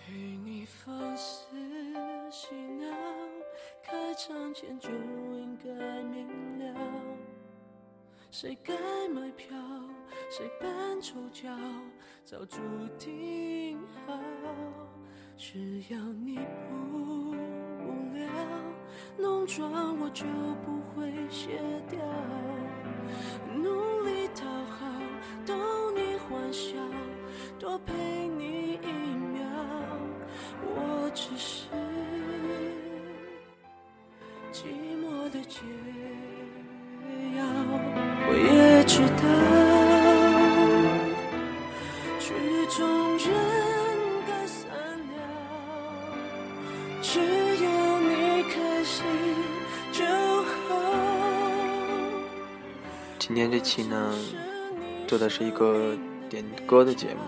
陪你放肆嬉闹，开场前就应该明了，谁该买票，谁办丑角，早注定好。只要你不无聊，弄妆我就不会卸掉，努力讨好，逗你欢笑，多陪你一秒。我只是寂寞的解药，我也知道曲终人该散了，只要你开心就好。 今天这期呢，做的是一个点歌的节目。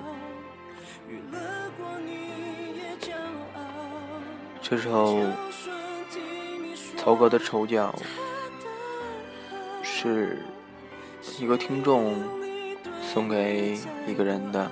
这首曹格的丑角是一个听众送给一个人的，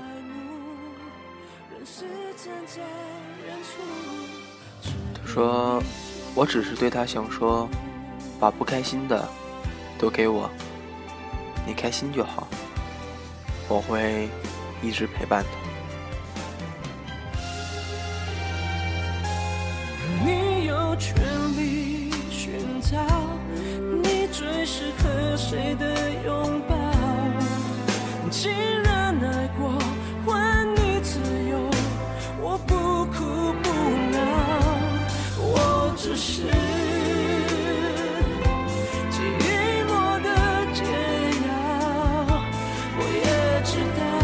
他说我只是对他想说，把不开心的都给我，你开心就好，我会一直陪伴他。 你有权利寻找你最适合谁的拥抱，既然爱过还你自由，我不哭不闹，我只是寂寞的解药，我也知道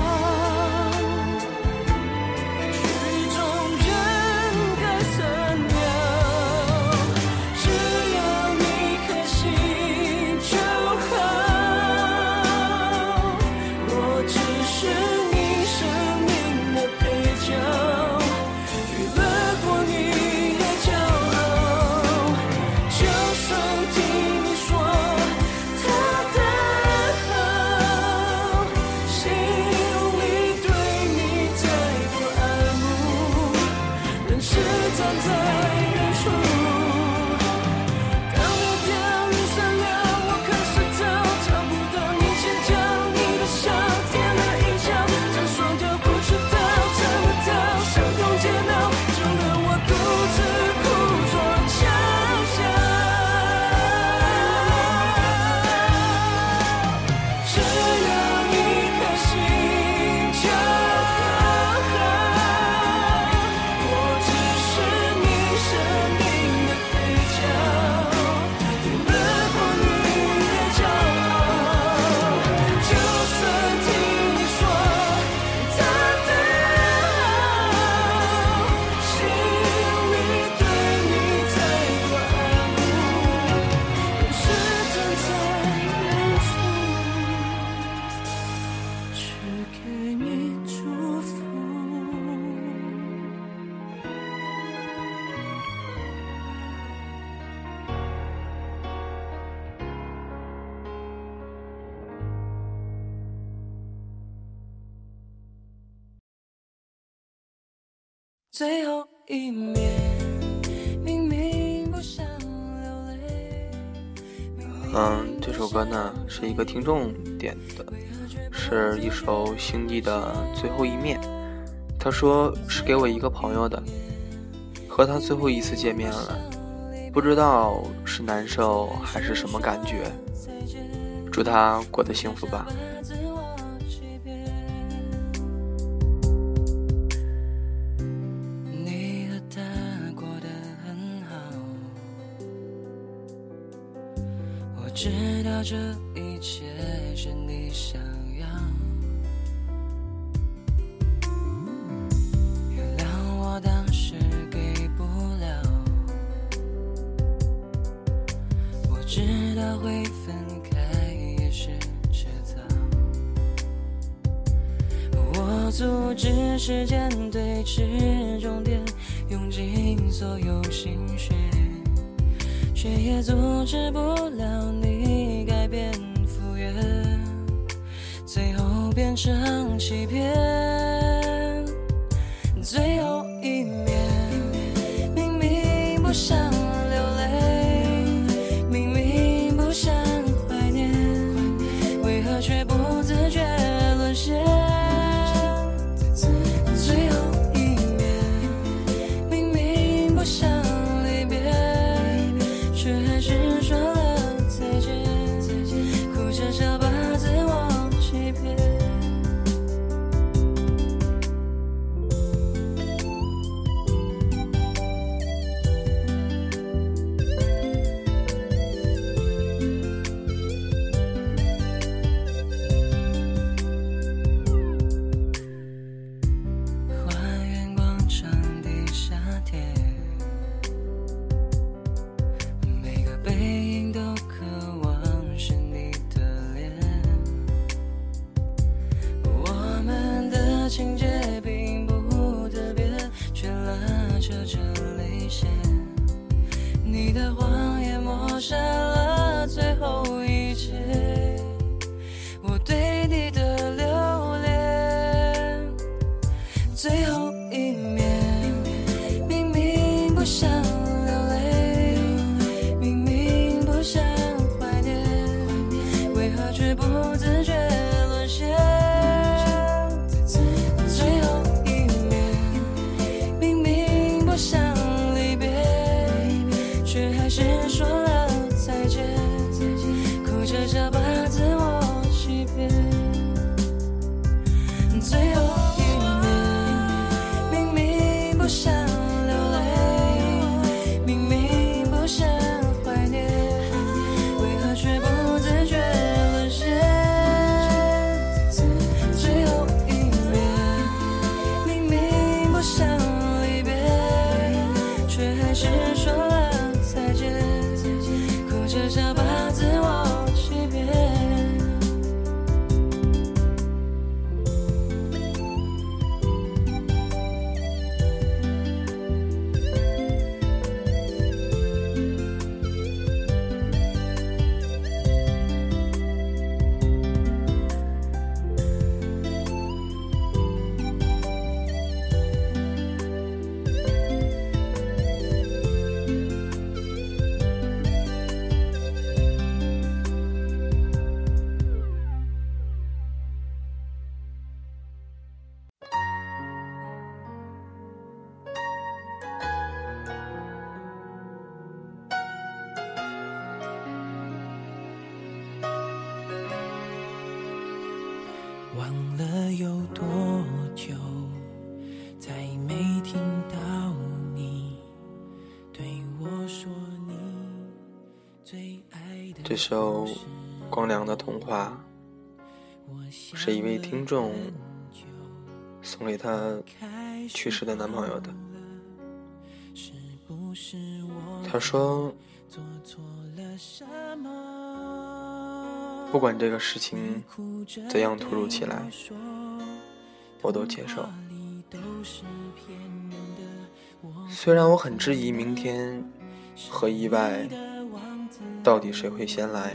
最后一面明明不想流泪。 这首歌呢是一个听众点的，是一首星际的最后一面。他说是给我一个朋友的，和他最后一次见面了，不知道是难受还是什么感觉，祝他过得幸福吧。 知道这一切是你想要，原谅我当时给不了，我知道会分开也是迟早，我阻止时间对峙终点，用尽所有心血，却也阻止不了你改变赴约，最后变成欺骗。最后一不想流泪，明明不想怀念，为何却不自觉沦陷？最后一面，明明不想离别，却还是说了再见，哭着想把自我欺骗。最后一面，明明不想流泪，明明不想怀念，为何却不自觉沦陷？最后一面，明明不想离别，却还是说了再见，哭着想把自我欺骗。忘了有多久，再没听到你对我说你最爱的。 这首光良的童话是一位听众送给他去世的男朋友的。他说，不管这个事情怎样突如其来，我都接受。虽然我很质疑明天和意外到底谁会先来，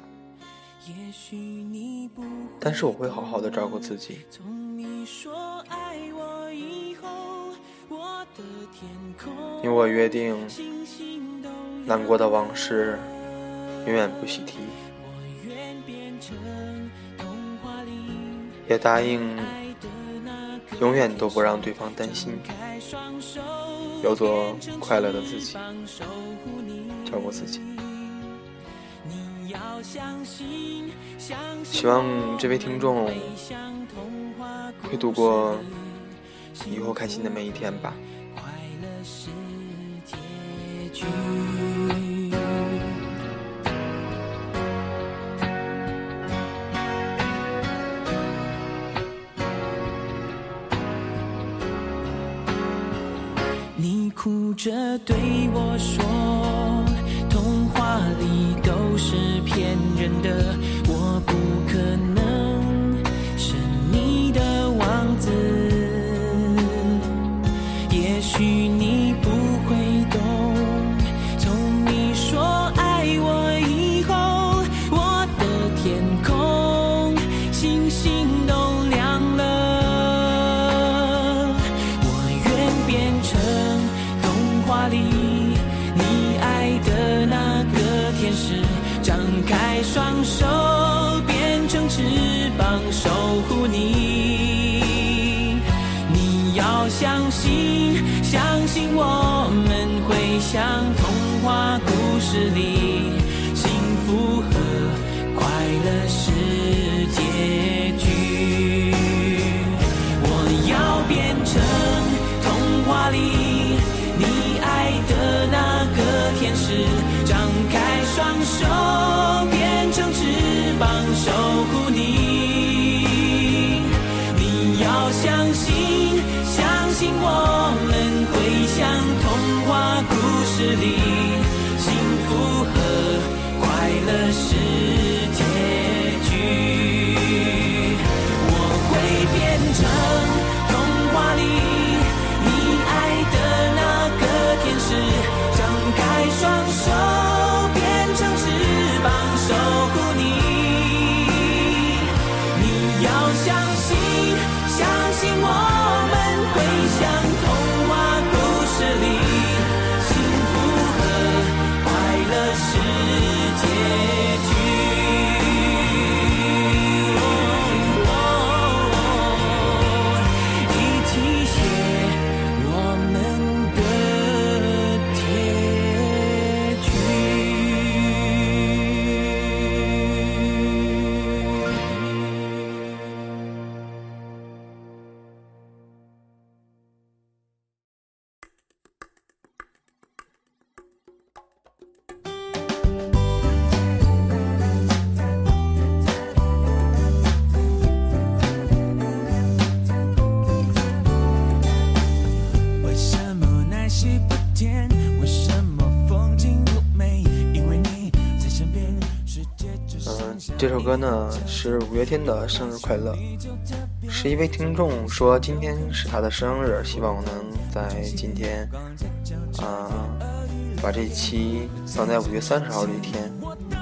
但是我会好好的照顾自己。因为我约定，难过的往事永远不喜提，也答应永远都不让对方担心，要做快乐的自己，照顾自己。希望这位听众会度过以后开心的每一天吧。 你哭着对我说，童话里都是骗人的，我不可能是你的王子。也许你不会懂，从你说爱我以后，我的天空星星都亮了。我愿变成童话里你爱的那个天使，张开双手变成翅膀守护你。你要相信，相信我们会像童话故事里幸福和快乐是结局。我要变成童话里你爱的那个天使，张开双手变成翅膀守护你。你要相信，相信我们会像童话故事里幸福和快乐是结局。我会变成童话里你爱的那个天使，张开双手变成翅膀守护你。你要相信，相信我们会像童话故事里这首歌呢是五月天的生日快乐，是一位听众说今天是他的生日，希望我能在今天把这一期放在5月30号这一天，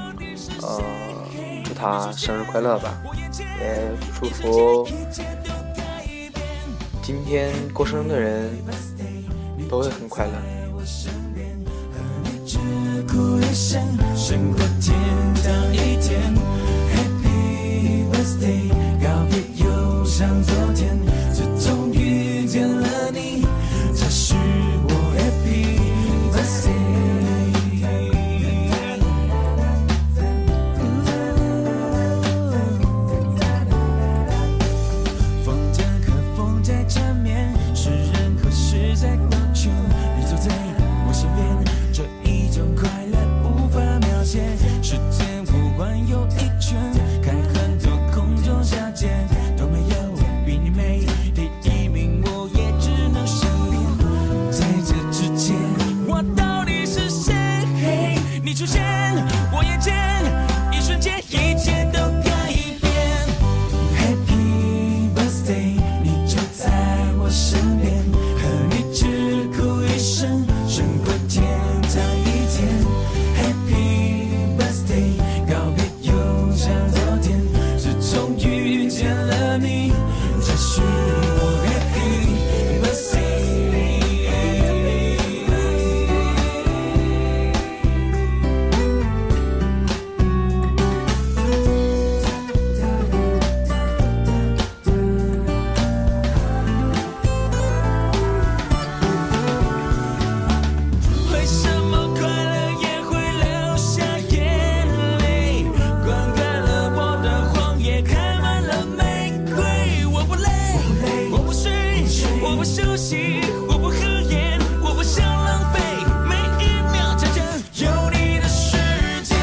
祝他生日快乐吧，也祝福今天过生日的人都会很快乐。 胜过天堂一天 Happy birthday 告别忧伤昨天，自从遇见了你才是我 Happy birthday。 风筝和风在缠绵，是人和事在过去，你走在我身边，这一种快乐无法描写，时间不管有一圈，看很多空中小姐都没有比你美，第一名我也只能身边，在这之前我到底是谁？你出现我眼前，一瞬间一切都改变。 Happy birthday 你就在我身边，和你只哭一声，胜过天堂一天。 Happy birthday 告别忧伤昨天，自从遇见了你才是我 Happy birthday。 为什么快乐也会流下眼泪？灌溉了我的荒野，开满了玫瑰。我不累，我不睡，我不休息，我不合眼，我不想浪费每一秒真正有你的时间。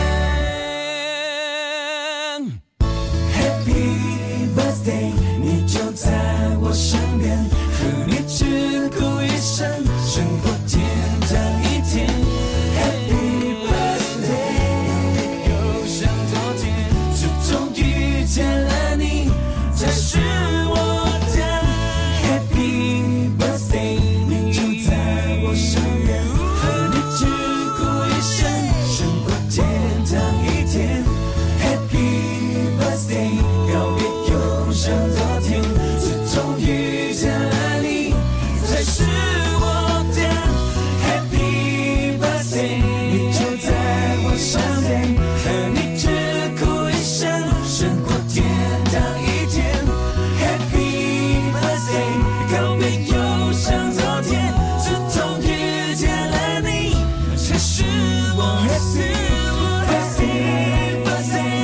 Happy birthday 你就在我身边，和你只哭一声，胜过天堂一天。 Happy birthday 又像昨天，自从遇见了你才是我的 Happy birthday。 你就在我身边，和你只哭一声，胜过天堂一天。 Happy birthday 告别忧伤昨天，自从遇见了你才是我的 Happy birthday。 你就在我身边，和你只哭一声，胜过天堂一天。 Happy birthday 告别忧伤昨天，自从遇见了你才是我 Happy birthday。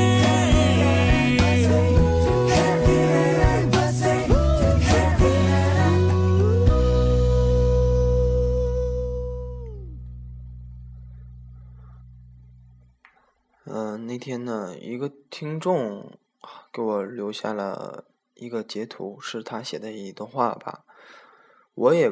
那天呢，一个听众给我留下了一个截图，是他写的一段话吧。我也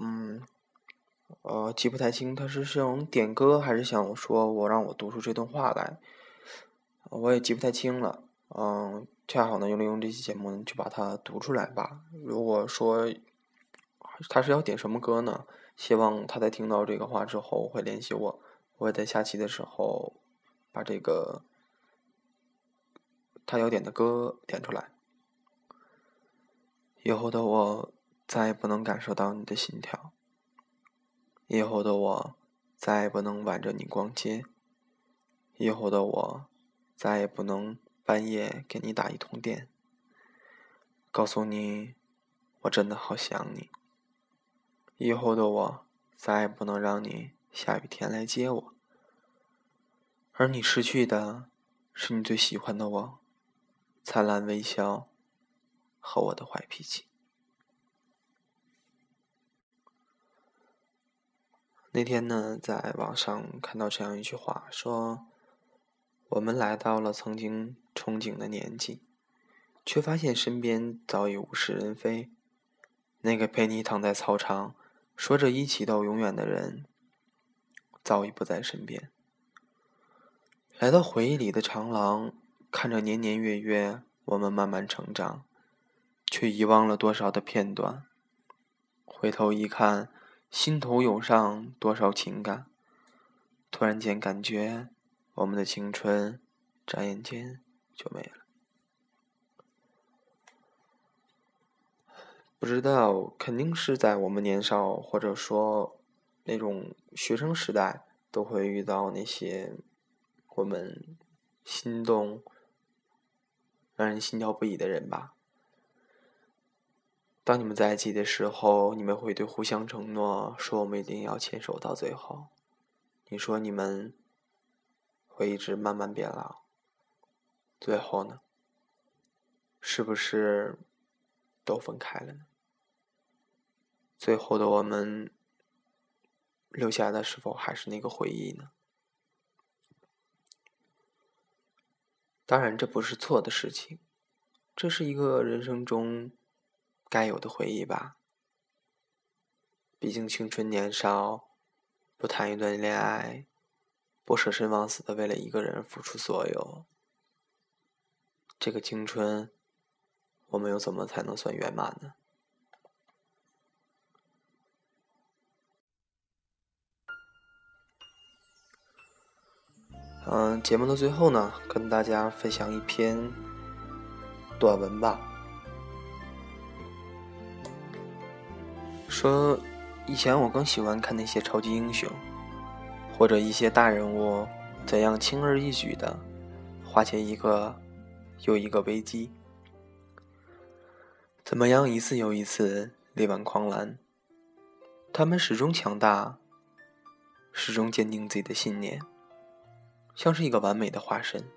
记不太清他是想点歌还是想说让我读出这段话来，我也记不太清了。恰好呢，利用这期节目就把它读出来吧。如果说他是要点什么歌呢？希望他在听到这个话之后会联系我，我也在下期的时候把这个他要点的歌点出来。以后的我再也不能感受到你的心跳，以后的我再也不能挽着你逛街，以后的我再也不能半夜给你打一通电，告诉你我真的好想你。以后的我再也不能让你下雨天来接我，而你失去的是你最喜欢的我，灿烂微笑和我的坏脾气。那天呢，在网上看到这样一句话，说我们来到了曾经憧憬的年纪，却发现身边早已物是人非。那个陪你躺在操场说着一起到永远的人，早已不在身边。来到回忆里的长廊， 看着年年月月我们慢慢成长，却遗忘了多少的片段。回头一看，心头涌上多少情感，突然间感觉我们的青春转眼间就没了。不知道，肯定是在我们年少或者说那种学生时代都会遇到那些我们心动让人心跳不已的人吧。当你们在一起的时候，你们会对互相承诺，说我们一定要牵手到最后。你说你们会一直慢慢变老，最后呢，是不是都分开了呢？最后的我们留下的是否还是那个回忆呢？当然这不是错的事情，这是一个人生中该有的回忆吧。毕竟青春年少，不谈一段恋爱，不舍身忘死的为了一个人付出所有，这个青春我们又怎么才能算圆满呢？节目的最后呢，跟大家分享一篇短文吧。说以前我更喜欢看那些超级英雄，或者一些大人物怎样轻而易举地化解一个又一个危机，怎么样一次又一次力挽狂澜。他们始终强大，始终坚定自己的信念，像是一个完美的化身。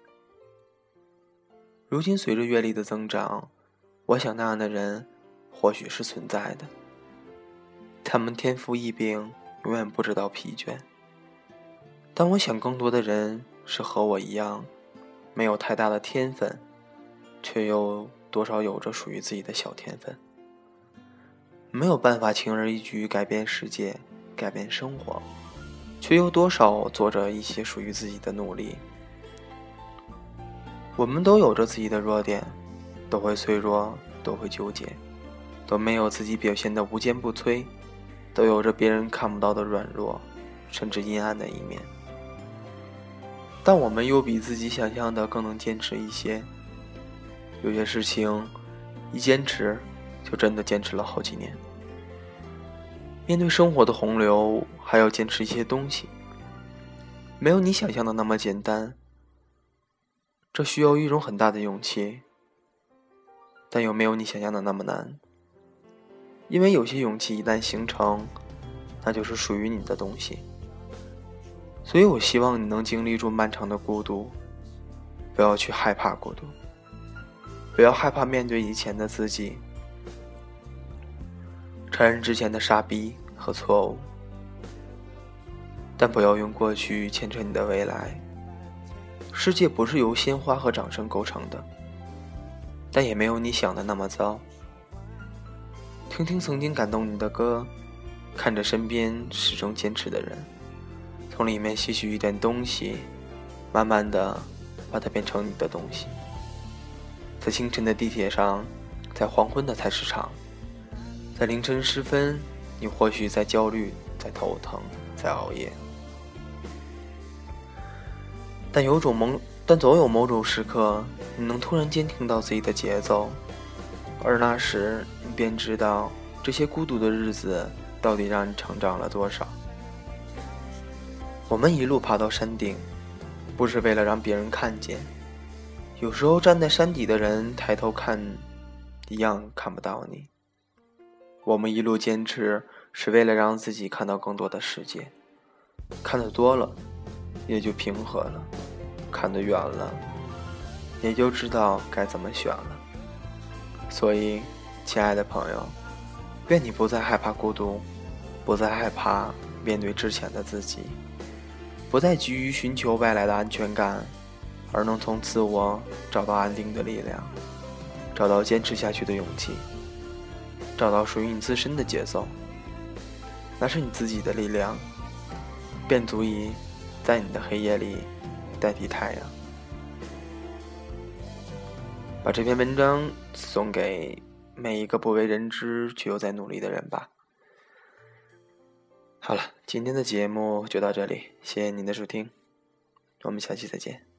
如今随着阅历的增长，我想那样的人或许是存在的。他们天赋异禀，永远不知道疲倦。但我想更多的人是和我一样，没有太大的天分，却又多少有着属于自己的小天分。没有办法轻而易举改变世界，改变生活，却又多少做着一些属于自己的努力。我们都有着自己的弱点，都会脆弱，都会纠结，都没有自己表现得无坚不摧，都有着别人看不到的软弱，甚至阴暗的一面。但我们又比自己想象的更能坚持一些，有些事情一坚持就真的坚持了好几年。面对生活的洪流，还要坚持一些东西，没有你想象的那么简单，这需要一种很大的勇气，但又没有你想象的那么难。因为有些勇气一旦形成，那就是属于你的东西。所以我希望你能经历住漫长的孤独，不要去害怕孤独，不要害怕面对以前的自己，承认之前的傻逼和错误，但不要用过去牵扯你的未来。世界不是由鲜花和掌声构成的，但也没有你想的那么糟。听听曾经感动你的歌，看着身边始终坚持的人，从里面吸取一点东西，慢慢的把它变成你的东西。在清晨的地铁上，在黄昏的菜市场，在凌晨时分，你或许在焦虑，在头疼，在熬夜，但总有某种时刻，你能突然间听到自己的节奏，而那时你便知道，这些孤独的日子到底让你成长了多少。我们一路爬到山顶，不是为了让别人看见，有时候站在山底的人抬头看，一样看不到你。我们一路坚持，是为了让自己看到更多的世界，看得多了，也就平和了，看得远了，也就知道该怎么选了。所以，亲爱的朋友，愿你不再害怕孤独，不再害怕面对之前的自己，不再急于寻求外来的安全感，而能从自我找到安定的力量，找到坚持下去的勇气，找到属于你自身的节奏。那是你自己的力量，便足以在你的黑夜里代替太阳。 把这篇文章送给每一个不为人知却又在努力的人吧。好了，今天的节目就到这里，谢谢您的收听，我们下期再见。